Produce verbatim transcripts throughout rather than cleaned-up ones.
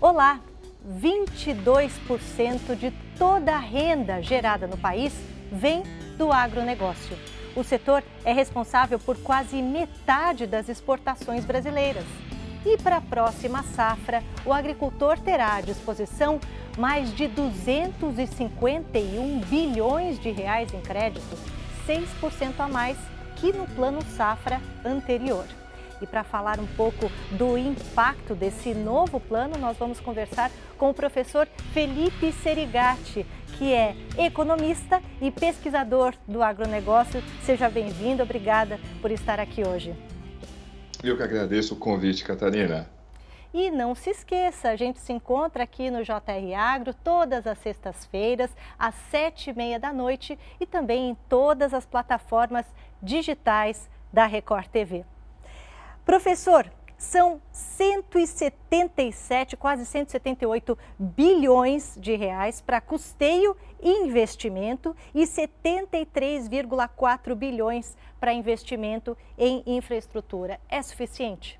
Olá! vinte e dois por cento de toda a renda gerada no país vem do agronegócio. O setor é responsável por quase metade das exportações brasileiras. E para a próxima safra, o agricultor terá à disposição mais de duzentos e cinquenta e um bilhões de reais em créditos, seis por cento a mais que no Plano Safra anterior. E para falar um pouco do impacto desse novo plano, nós vamos conversar com o professor Felipe Serigati, que é economista e pesquisador do agronegócio. Seja bem-vindo, obrigada por estar aqui hoje. Eu que agradeço o convite, Catarina. E não se esqueça, a gente se encontra aqui no J R Agro todas as sextas-feiras, às sete e meia da noite e também em todas as plataformas digitais da Record T V. Professor, são cento e setenta e sete, quase cento e setenta e oito bilhões de reais para custeio e investimento e setenta e três vírgula quatro bilhões para investimento em infraestrutura. É suficiente?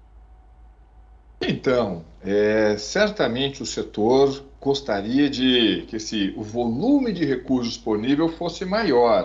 Então, é, certamente o setor gostaria de que esse, o volume de recursos disponível fosse maior.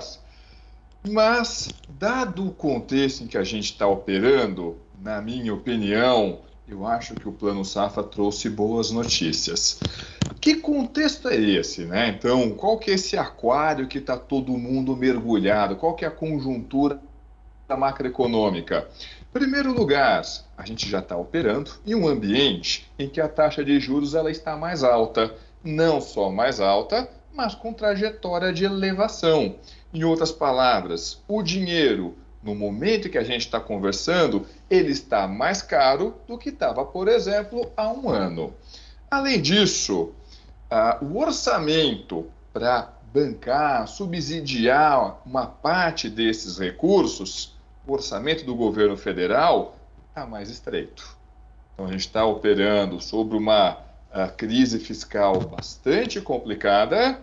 Mas, dado o contexto em que a gente está operando, na minha opinião, eu acho que o Plano Safra trouxe boas notícias. Que contexto é esse, né? Então, qual que é esse aquário que está todo mundo mergulhado? Qual que é a conjuntura macroeconômica? Em primeiro lugar, a gente já está operando em um ambiente em que a taxa de juros ela está mais alta. Não só mais alta, mas com trajetória de elevação. Em outras palavras, o dinheiro, no momento que a gente está conversando, ele está mais caro do que estava, por exemplo, há um ano. Além disso, uh, o orçamento para bancar, subsidiar uma parte desses recursos, o orçamento do governo federal está mais estreito. Então, a gente está operando sobre uma uh, crise fiscal bastante complicada,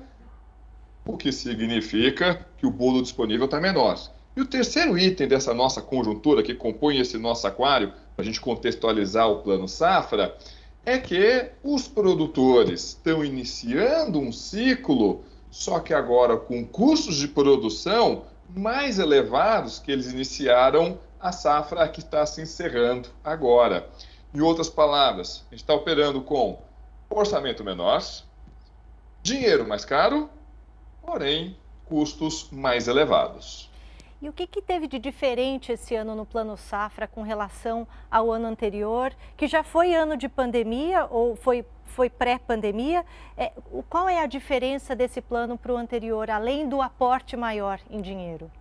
o que significa que o bolo disponível está menor. E o terceiro item dessa nossa conjuntura, que compõe esse nosso aquário, para a gente contextualizar o Plano Safra, é que os produtores estão iniciando um ciclo, só que agora com custos de produção mais elevados que eles iniciaram a safra que está se encerrando agora. Em outras palavras, a gente está operando com orçamento menor, dinheiro mais caro, porém custos mais elevados. E o que, que teve de diferente esse ano no Plano Safra com relação ao ano anterior, que já foi ano de pandemia ou foi, foi pré-pandemia? É, qual é a diferença desse plano para o anterior, além do aporte maior em dinheiro?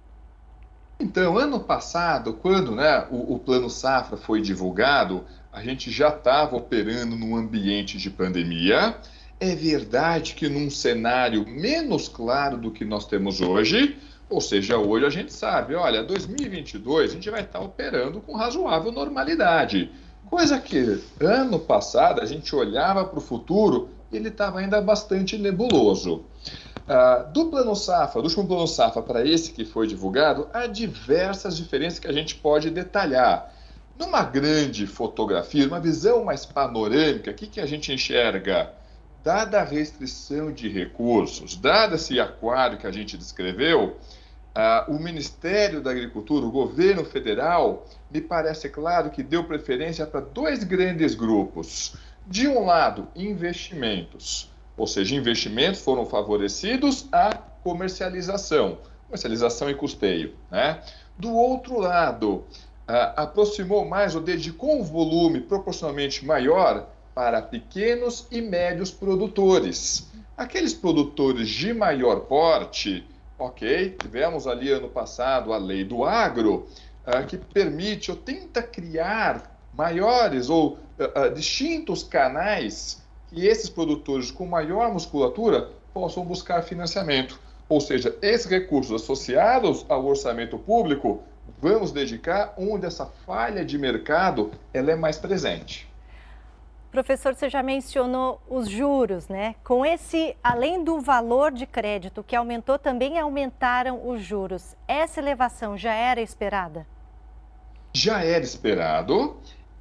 Então, ano passado, quando né, o, o Plano Safra foi divulgado, a gente já estava operando num ambiente de pandemia. É verdade que num cenário menos claro do que nós temos hoje. Ou seja, hoje a gente sabe, olha, dois mil e vinte e dois a gente vai estar operando com razoável normalidade. Coisa que ano passado a gente olhava para o futuro e ele estava ainda bastante nebuloso. Ah, do Plano Safra, do último Plano Safra para esse que foi divulgado, há diversas diferenças que a gente pode detalhar. Numa grande fotografia, uma visão mais panorâmica, o que, que a gente enxerga? Dada a restrição de recursos, dado esse aquário que a gente descreveu, uh, o Ministério da Agricultura, o governo federal, me parece claro que deu preferência para dois grandes grupos. De um lado, investimentos, ou seja, investimentos foram favorecidos à comercialização, comercialização e custeio, né? Do outro lado, uh, aproximou mais ou dedicou um volume proporcionalmente maior para pequenos e médios produtores. Aqueles produtores de maior porte, ok, tivemos ali ano passado a lei do agro, uh, que permite ou tenta criar maiores ou uh, uh, distintos canais que esses produtores com maior musculatura possam buscar financiamento. Ou seja, esses recursos associados ao orçamento público, vamos dedicar onde essa falha de mercado ela é mais presente. Professor, você já mencionou os juros, né? Com esse, além do valor de crédito que aumentou, também aumentaram os juros. Essa elevação já era esperada? Já era esperado.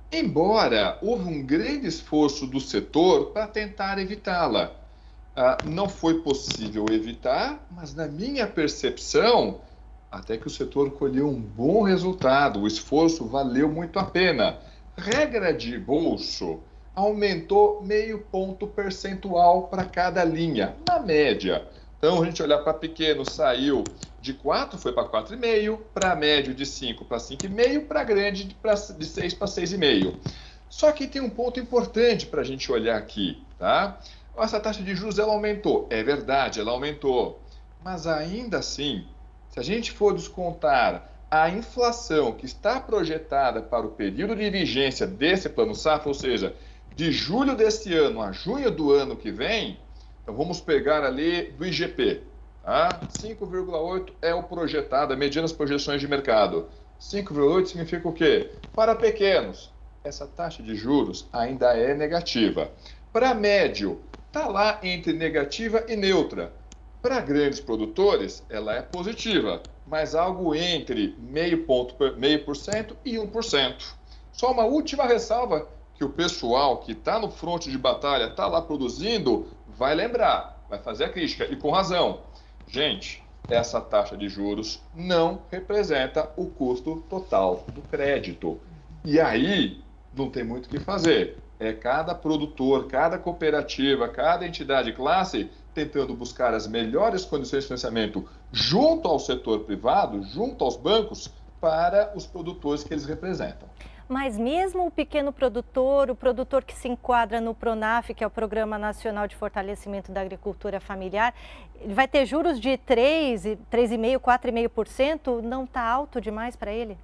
embora houve um grande esforço do setor para tentar evitá-la. Ah, não foi possível evitar, mas na minha percepção, até que o setor colheu um bom resultado, o esforço valeu muito a pena. Regra de bolso aumentou meio ponto percentual para cada linha, na média. Então, a gente olhar para pequeno, saiu de quatro, foi para quatro vírgula cinco, para médio de cinco para cinco vírgula cinco, para grande de seis para seis vírgula cinco. Só que tem um ponto importante para a gente olhar aqui, tá? Essa taxa de juros ela aumentou, é verdade, ela aumentou, mas ainda assim, se a gente for descontar a inflação que está projetada para o período de vigência desse Plano Safra, ou seja, de julho desse ano a junho do ano que vem, então vamos pegar ali do I G P, tá? cinco vírgula oito é o projetado, medindo as projeções de mercado. cinco vírgula oito significa o quê? Para pequenos, essa taxa de juros ainda é negativa. Para médio, está lá entre negativa e neutra. Para grandes produtores, ela é positiva, mas algo entre meio ponto, meio por cento e um por cento. Só uma última ressalva que o pessoal que está no fronte de batalha, está lá produzindo, vai lembrar, vai fazer a crítica, e com razão. Gente, essa taxa de juros não representa o custo total do crédito. E aí, não tem muito o que fazer. É cada produtor, cada cooperativa, cada entidade classe tentando buscar as melhores condições de financiamento junto ao setor privado, junto aos bancos, para os produtores que eles representam. Mas mesmo o pequeno produtor, o produtor que se enquadra no PRONAF, que é o Programa Nacional de Fortalecimento da Agricultura Familiar, ele vai ter juros de três, três vírgula cinco, quatro vírgula cinco por cento? Não está alto demais para ele?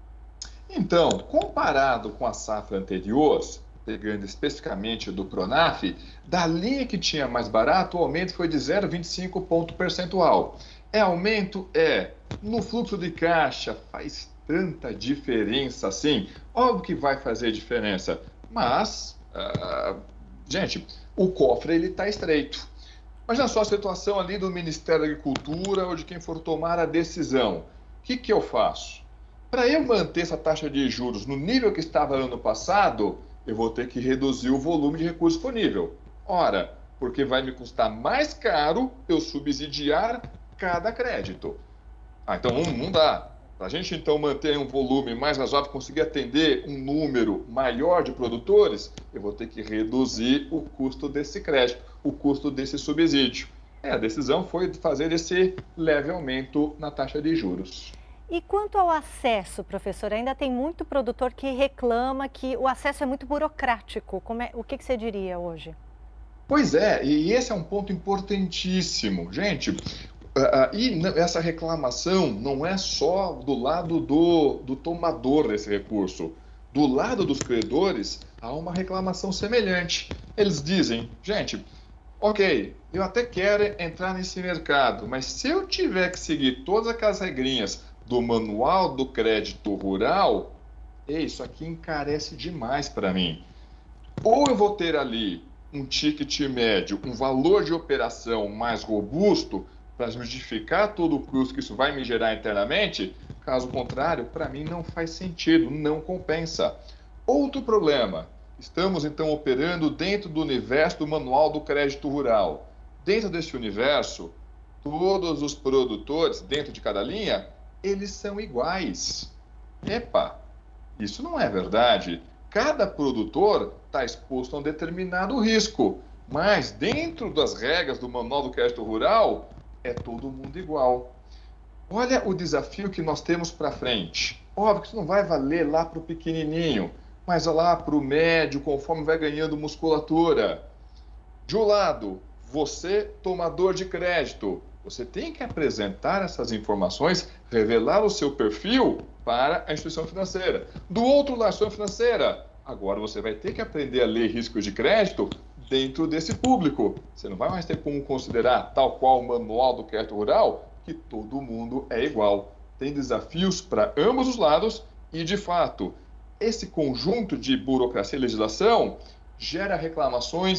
Então, comparado com a safra anterior, pegando especificamente do PRONAF, da linha que tinha mais barato, o aumento foi de zero vírgula vinte e cinco ponto percentual. É aumento? É. No fluxo de caixa, faz tanta diferença assim? Óbvio que vai fazer diferença, mas, uh, gente, o cofre ele está estreito. Imagina só a situação ali do Ministério da Agricultura ou de quem for tomar a decisão. O que, que eu faço? Para eu manter essa taxa de juros no nível que estava ano passado, eu vou ter que reduzir o volume de recurso disponível. Ora, porque vai me custar mais caro eu subsidiar cada crédito. Ah, então não, não dá. Para a gente, então, manter um volume mais razoável, conseguir atender um número maior de produtores, eu vou ter que reduzir o custo desse crédito, o custo desse subsídio. É, a decisão foi fazer esse leve aumento na taxa de juros. E quanto ao acesso, professor, ainda tem muito produtor que reclama que o acesso é muito burocrático. Como é, o que, que você diria hoje? Pois é, e esse é um ponto importantíssimo. Gente, uh, e essa reclamação não é só do lado do, do tomador desse recurso. Do lado dos credores, há uma reclamação semelhante. Eles dizem, gente, ok, eu até quero entrar nesse mercado, mas se eu tiver que seguir todas aquelas regrinhas do Manual do Crédito Rural, isso aqui encarece demais para mim. Ou eu vou ter ali um ticket médio, um valor de operação mais robusto para justificar todo o custo que isso vai me gerar internamente, caso contrário, para mim não faz sentido, não compensa. Outro problema, estamos então operando dentro do universo do Manual do Crédito Rural. Dentro desse universo, todos os produtores, dentro de cada linha, eles são iguais. Epa, isso não é verdade. Cada produtor está exposto a um determinado risco, mas dentro das regras do Manual do Crédito Rural, é todo mundo igual. Olha o desafio que nós temos para frente. Óbvio que isso não vai valer lá para o pequenininho, mas lá para o médio, conforme vai ganhando musculatura. De um lado, você, tomador de crédito, você tem que apresentar essas informações, revelar o seu perfil para a instituição financeira. Do outro lado, a instituição financeira, agora você vai ter que aprender a ler riscos de crédito dentro desse público. Você não vai mais ter como considerar, tal qual o Manual do Crédito Rural, que todo mundo é igual. Tem desafios para ambos os lados e, de fato, esse conjunto de burocracia e legislação gera reclamações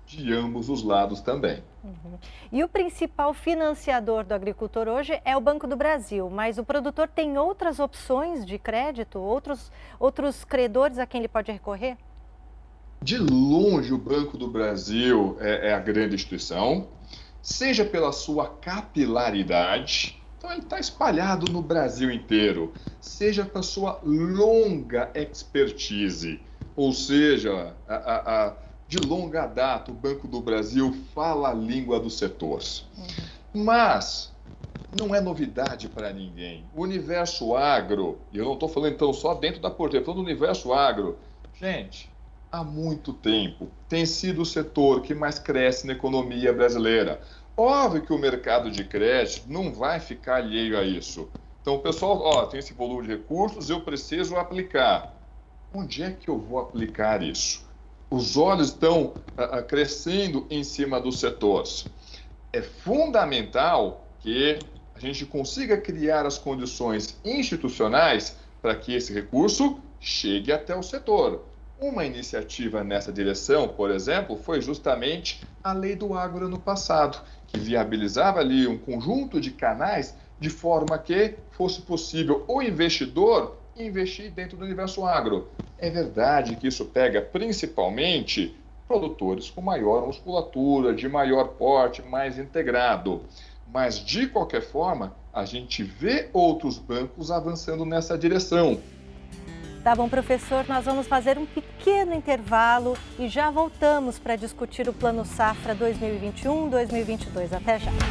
de ambos os lados também. Uhum. E o principal financiador do agricultor hoje é o Banco do Brasil, mas o produtor tem outras opções de crédito, outros, outros credores a quem ele pode recorrer? De longe, o Banco do Brasil é, é a grande instituição, seja pela sua capilaridade, então ele está espalhado no Brasil inteiro, seja pela sua longa expertise, ou seja, a, a, a, de longa data, o Banco do Brasil fala a língua do setor. Uhum. Mas não é novidade para ninguém. O universo agro, e eu não estou falando então só dentro da porteira, estou falando do universo agro, gente, há muito tempo tem sido o setor que mais cresce na economia brasileira. Óbvio que o mercado de crédito não vai ficar alheio a isso. Então, o pessoal, ó, tem esse volume de recursos, eu preciso aplicar. Onde é que eu vou aplicar isso? Os olhos estão uh, crescendo em cima dos setores. É fundamental que a gente consiga criar as condições institucionais para que esse recurso chegue até o setor. Uma iniciativa nessa direção, por exemplo, foi justamente a Lei do Agro ano passado, que viabilizava ali um conjunto de canais de forma que fosse possível o investidor investir dentro do universo agro. É verdade que isso pega principalmente produtores com maior musculatura, de maior porte, mais integrado. Mas, de qualquer forma, a gente vê outros bancos avançando nessa direção. Tá bom, professor, nós vamos fazer um pequeno intervalo e já voltamos para discutir o Plano Safra dois mil e vinte e um, dois mil e vinte e dois. Até já!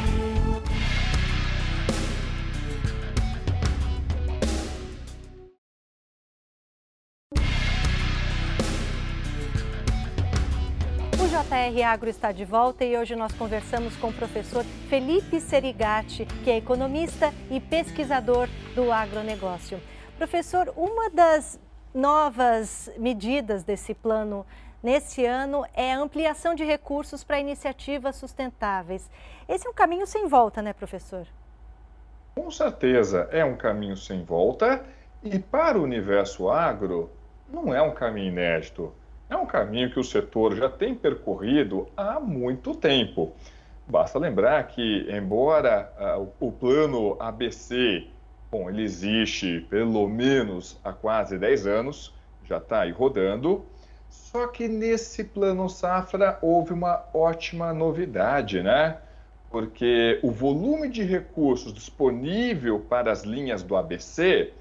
O J R Agro está de volta e hoje nós conversamos com o professor Felipe Serigati, que é economista e pesquisador do agronegócio. Professor, uma das novas medidas desse plano nesse ano é a ampliação de recursos para iniciativas sustentáveis. Esse é um caminho sem volta, né, professor? Com certeza, é um caminho sem volta e para o universo agro não é um caminho inédito. É um caminho que o setor já tem percorrido há muito tempo. Basta lembrar que, embora uh, o plano A B C, bom, ele existe pelo menos há quase dez anos, já está aí rodando, só que nesse plano safra houve uma ótima novidade, né? Porque o volume de recursos disponível para as linhas do A B C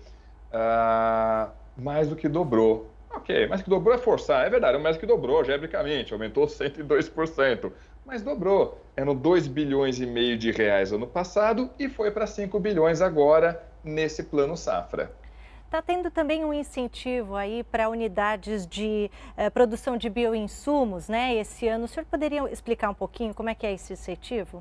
uh, mais do que dobrou. Ok, mais que dobrou é forçar, é verdade, mais que dobrou, gebricamente, aumentou cento e dois por cento, mas dobrou. Eram dois bilhões e meio de reais ano passado e foi para cinco bilhões agora, nesse plano safra. Está tendo também um incentivo aí para unidades de eh, produção de bioinsumos, né? Esse ano, o senhor poderia explicar um pouquinho como é que é esse incentivo?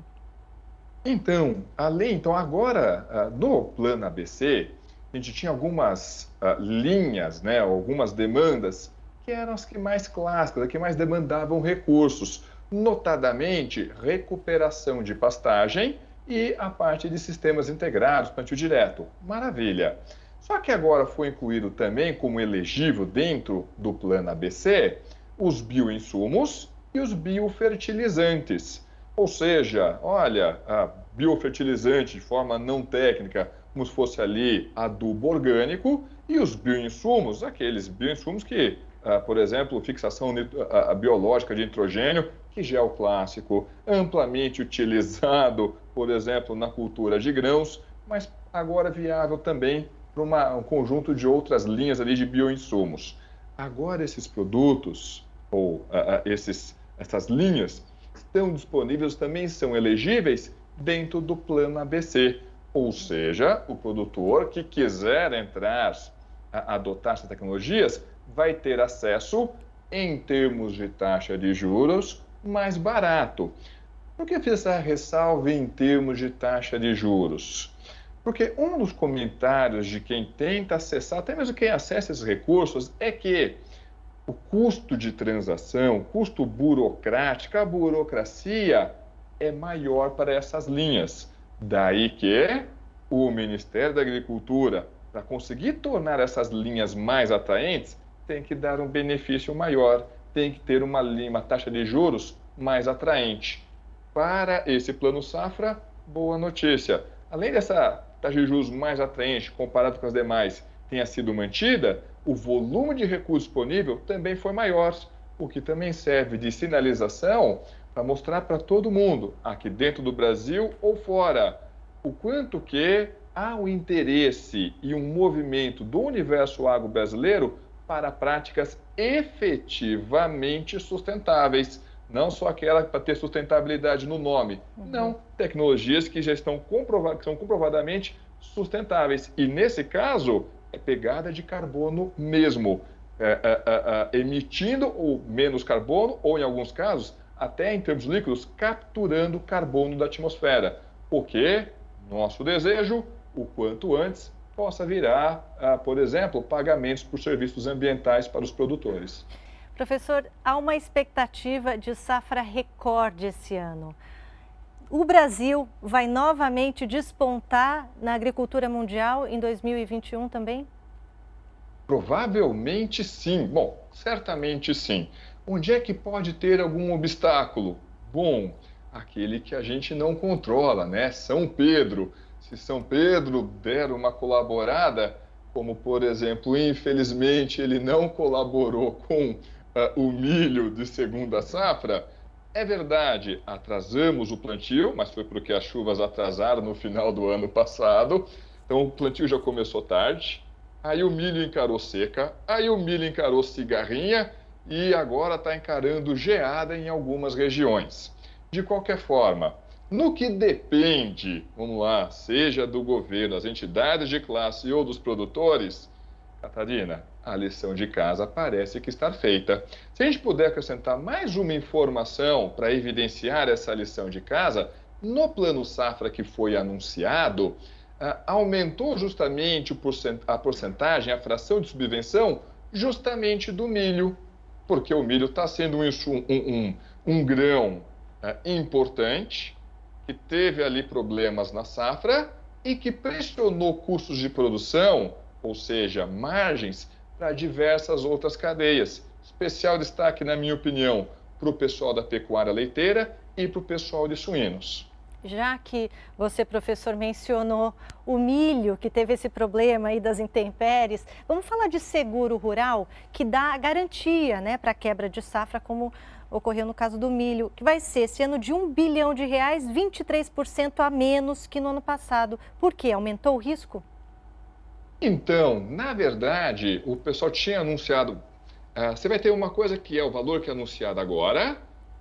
Então, além, então agora, no plano A B C, a gente tinha algumas uh, linhas, né, algumas demandas que eram as que mais clássicas, as que mais demandavam recursos, notadamente recuperação de pastagem e a parte de sistemas integrados, plantio direto. Maravilha! Só que agora foi incluído também como elegível dentro do plano A B C os bioinsumos e os biofertilizantes. Ou seja, olha, a biofertilizante de forma não técnica, como se fosse ali adubo orgânico, e os bioinsumos, aqueles bioinsumos que, ah, por exemplo, fixação ah, biológica de nitrogênio, que já é o clássico, amplamente utilizado, por exemplo, na cultura de grãos, mas agora viável também para uma, um conjunto de outras linhas ali de bioinsumos. Agora esses produtos, ou ah, esses, essas linhas, estão disponíveis, também são elegíveis dentro do plano A B C. Ou seja, o produtor que quiser entrar, a adotar essas tecnologias, vai ter acesso, em termos de taxa de juros, mais barato. Por que eu fiz essa ressalva em termos de taxa de juros? Porque um dos comentários de quem tenta acessar, até mesmo quem acessa esses recursos, é que o custo de transação, o custo burocrático, a burocracia é maior para essas linhas. Daí que o Ministério da Agricultura, para conseguir tornar essas linhas mais atraentes, tem que dar um benefício maior, tem que ter uma, uma taxa de juros mais atraente. Para esse plano safra, boa notícia. Além dessa taxa de juros mais atraente, comparado com as demais, tenha sido mantida, o volume de recurso disponível também foi maior, o que também serve de sinalização para mostrar para todo mundo, aqui dentro do Brasil ou fora, o quanto que há um interesse e um movimento do universo agro brasileiro para práticas efetivamente sustentáveis. Não só aquela para ter sustentabilidade no nome, uhum. Não, tecnologias que já estão comprovadas, que são comprovadamente sustentáveis. E nesse caso, é pegada de carbono mesmo, é, é, é, é, emitindo o menos carbono, ou em alguns casos, até em termos líquidos, capturando carbono da atmosfera. Porque nosso desejo, o quanto antes, possa virar, ah, por exemplo, pagamentos por serviços ambientais para os produtores. Professor, há uma expectativa de safra recorde esse ano. O Brasil vai novamente despontar na agricultura mundial em dois mil e vinte e um também? Provavelmente sim. Bom, certamente sim. Onde é que pode ter algum obstáculo? Bom, aquele que a gente não controla, né? São Pedro. Se São Pedro der uma colaborada, como por exemplo, infelizmente ele não colaborou com uh, o milho de segunda safra, é verdade, atrasamos o plantio, mas foi porque as chuvas atrasaram no final do ano passado, então o plantio já começou tarde, aí o milho encarou seca, aí o milho encarou cigarrinha e agora está encarando geada em algumas regiões. De qualquer forma, no que depende, vamos lá, seja do governo, das entidades de classe ou dos produtores, Catarina, a lição de casa parece que está feita. Se a gente puder acrescentar mais uma informação para evidenciar essa lição de casa, no plano safra que foi anunciado, aumentou justamente a porcentagem, a fração de subvenção, justamente do milho, porque o milho está sendo um, um, um, um grão importante, que teve ali problemas na safra e que pressionou custos de produção, ou seja, margens, para diversas outras cadeias. Especial destaque, na minha opinião, para o pessoal da pecuária leiteira e para o pessoal de suínos. Já que você, professor, mencionou o milho, que teve esse problema aí das intempéries, vamos falar de seguro rural, que dá garantia, né, para a quebra de safra, como ocorreu no caso do milho, que vai ser esse ano de um bilhão de reais, vinte e três por cento a menos que no ano passado. Por quê? Aumentou o risco? Então, na verdade, o pessoal tinha anunciado, uh, você vai ter uma coisa que é o valor que é anunciado agora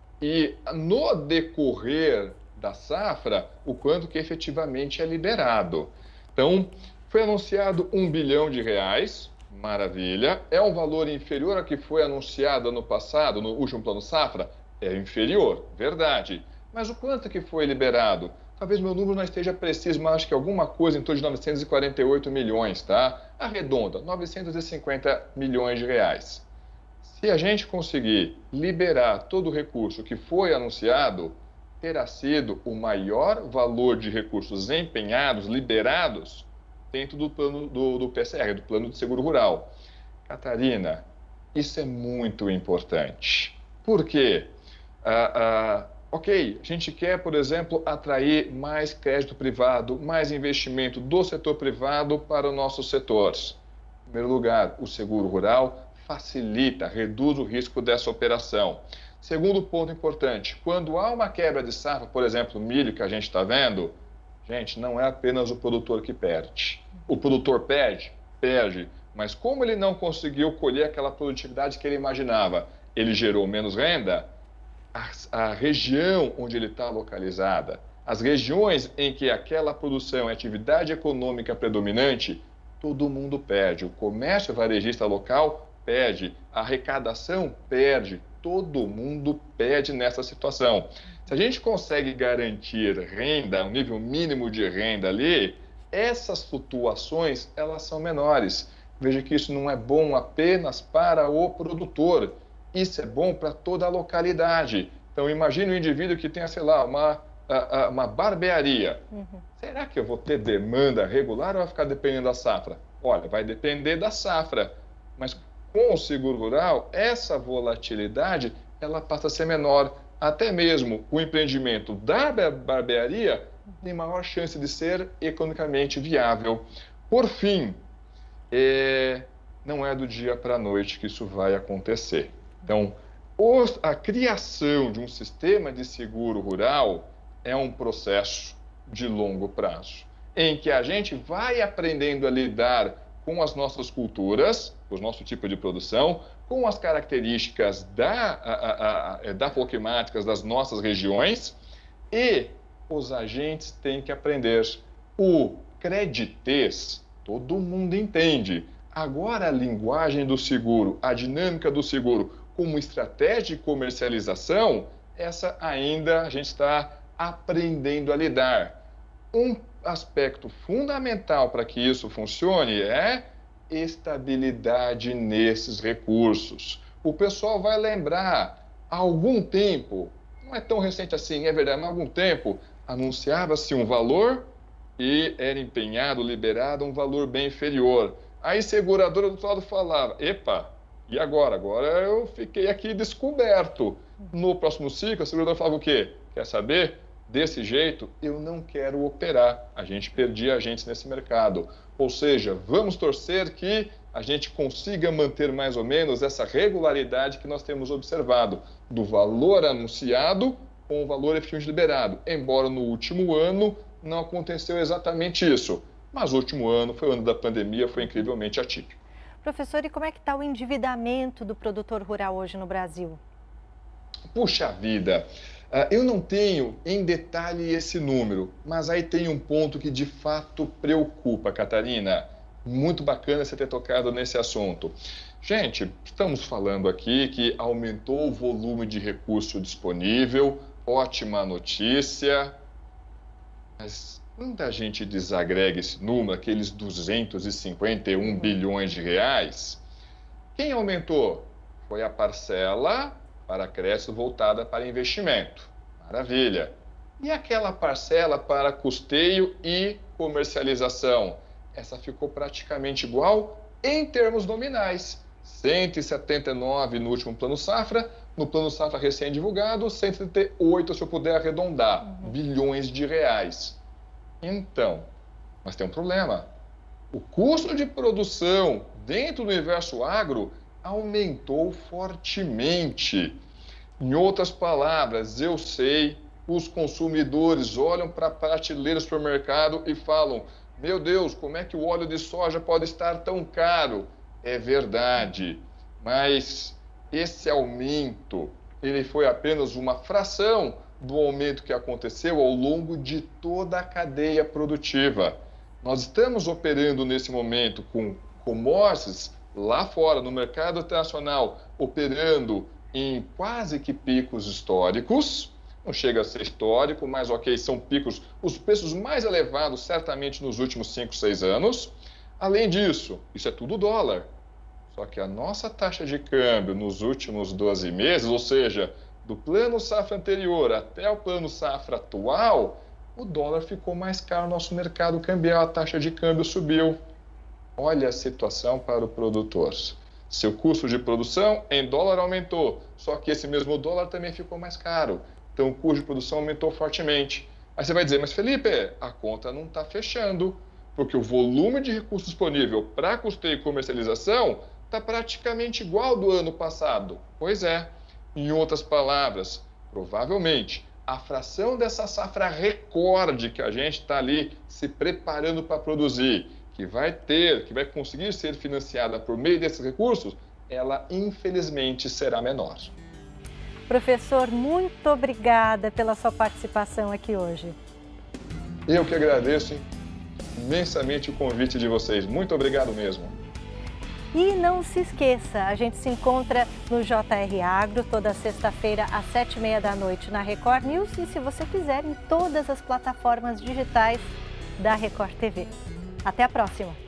e no decorrer da safra, o quanto que efetivamente é liberado. Então, foi anunciado um bilhão de reais, maravilha. É um valor inferior ao que foi anunciado ano passado, no último plano safra? É inferior, verdade. Mas o quanto que foi liberado? Talvez meu número não esteja preciso, mas acho que alguma coisa em torno de novecentos e quarenta e oito milhões, tá? Arredonda, novecentos e cinquenta milhões de reais. Se a gente conseguir liberar todo o recurso que foi anunciado, terá sido o maior valor de recursos empenhados, liberados, dentro do plano do, do P S R, do Plano de Seguro Rural. Catarina, isso é muito importante. Por quê? Ah, ah, ok, a gente quer, por exemplo, atrair mais crédito privado, mais investimento do setor privado para o nosso setor. Em primeiro lugar, o seguro rural facilita, reduz o risco dessa operação. Segundo ponto importante, quando há uma quebra de safra, por exemplo, milho que a gente está vendo, gente, não é apenas o produtor que perde. O produtor perde? Perde. Mas como ele não conseguiu colher aquela produtividade que ele imaginava, ele gerou menos renda, a, a região onde ele está localizada, as regiões em que aquela produção é atividade econômica predominante, todo mundo perde. O comércio varejista local perde, a arrecadação perde, todo mundo perde nessa situação. Se a gente consegue garantir renda, um nível mínimo de renda ali, essas flutuações, elas são menores. Veja que isso não é bom apenas para o produtor, isso é bom para toda a localidade. Então, imagine um indivíduo que tenha, sei lá, uma, uma barbearia. Uhum. Será que eu vou ter demanda regular ou vai ficar dependendo da safra? Olha, vai depender da safra, mas com o seguro rural, essa volatilidade ela passa a ser menor. até mesmo o empreendimento da barbearia tem maior chance de ser economicamente viável. Por fim, é, não é do dia para a noite que isso vai acontecer. Então, os, a criação de um sistema de seguro rural é um processo de longo prazo, em que a gente vai aprendendo a lidar com as nossas culturas, o nosso tipo de produção, com as características da, a, a, a, da folclimáticas das nossas regiões, e os agentes têm que aprender. O creditez, todo mundo entende. Agora, a linguagem do seguro, a dinâmica do seguro como estratégia de comercialização, essa ainda a gente está aprendendo a lidar. Um aspecto fundamental para que isso funcione é estabilidade nesses recursos. O pessoal vai lembrar, há algum tempo, não é tão recente assim, é verdade, mas há algum tempo, anunciava-se um valor e era empenhado, liberado um valor bem inferior. Aí a seguradora do outro lado falava, epa, e agora? Agora eu fiquei aqui descoberto. No próximo ciclo, a seguradora falava o quê? Quer saber? Desse jeito, eu não quero operar. A gente perdia agentes nesse mercado. Ou seja, vamos torcer que a gente consiga manter mais ou menos essa regularidade que nós temos observado, do valor anunciado com o valor efetivamente liberado. Embora no último ano não aconteceu exatamente isso. Mas o último ano foi o ano da pandemia, foi incrivelmente atípico. Professor, e como é que está o endividamento do produtor rural hoje no Brasil? Puxa vida! Eu não tenho em detalhe esse número, mas aí tem um ponto que de fato preocupa, Catarina. Muito bacana você ter tocado nesse assunto. Gente, estamos falando aqui que aumentou o volume de recurso disponível, ótima notícia, mas quando a gente desagrega esse número, aqueles duzentos e cinquenta e um bilhões de reais, quem aumentou? Foi a parcela para crédito voltada para investimento. Maravilha. E aquela parcela para custeio e comercialização? Essa ficou praticamente igual em termos nominais. cento e setenta e nove no último plano safra, no plano safra recém-divulgado, cento e setenta e oito, se eu puder arredondar, uhum. bilhões de reais. Então, mas tem um problema. O custo de produção dentro do universo agro aumentou fortemente. Em outras palavras, eu sei, os consumidores olham para a prateleira do supermercado e falam, meu Deus, como é que o óleo de soja pode estar tão caro? É verdade, mas esse aumento, ele foi apenas uma fração do aumento que aconteceu ao longo de toda a cadeia produtiva. Nós estamos operando nesse momento com commodities lá fora, no mercado internacional, operando em quase que picos históricos, não chega a ser histórico, mas ok, são picos, os preços mais elevados certamente nos últimos cinco, seis anos. Além disso, isso é tudo dólar. Só que a nossa taxa de câmbio nos últimos doze meses, ou seja, do plano safra anterior até o plano safra atual, o dólar ficou mais caro no nosso mercado cambial, a taxa de câmbio subiu. Olha a situação para o produtor. Seu custo de produção em dólar aumentou, só que esse mesmo dólar também ficou mais caro. Então o custo de produção aumentou fortemente. Aí você vai dizer, mas Felipe, a conta não está fechando, porque o volume de recurso disponível para custeio e comercialização está praticamente igual ao do ano passado. Pois é. Em outras palavras, provavelmente, a fração dessa safra recorde que a gente está ali se preparando para produzir, que vai ter, que vai conseguir ser financiada por meio desses recursos, ela infelizmente será menor. Professor, muito obrigada pela sua participação aqui hoje. Eu que agradeço imensamente o convite de vocês. Muito obrigado mesmo. E não se esqueça, a gente se encontra no J R Agro toda sexta-feira às sete e meia da noite na Record News e, se você quiser, em todas as plataformas digitais da Record T V. Até a próxima!